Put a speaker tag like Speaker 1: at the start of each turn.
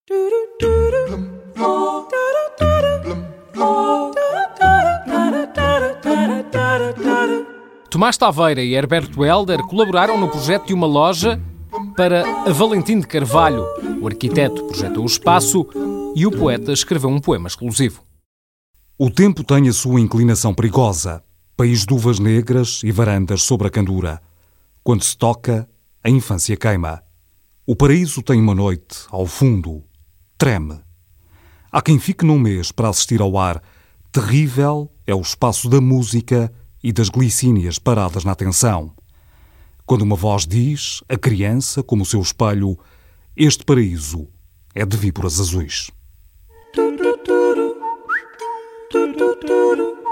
Speaker 1: Tomás Taveira e Herberto Helder colaboraram no projeto de uma loja para a Valentim de Carvalho. O arquiteto projetou o espaço e o poeta escreveu um poema exclusivo.
Speaker 2: O tempo tem a sua inclinação perigosa, país de uvas negras e varandas sobre a candura. Quando se toca, a infância queima. O paraíso tem uma noite, ao fundo, treme. Há quem fique num mês para assistir ao ar. Terrível é o espaço da música e das glicínias paradas na atenção. Quando uma voz diz, a criança, como o seu espelho, este paraíso é de víboras azuis.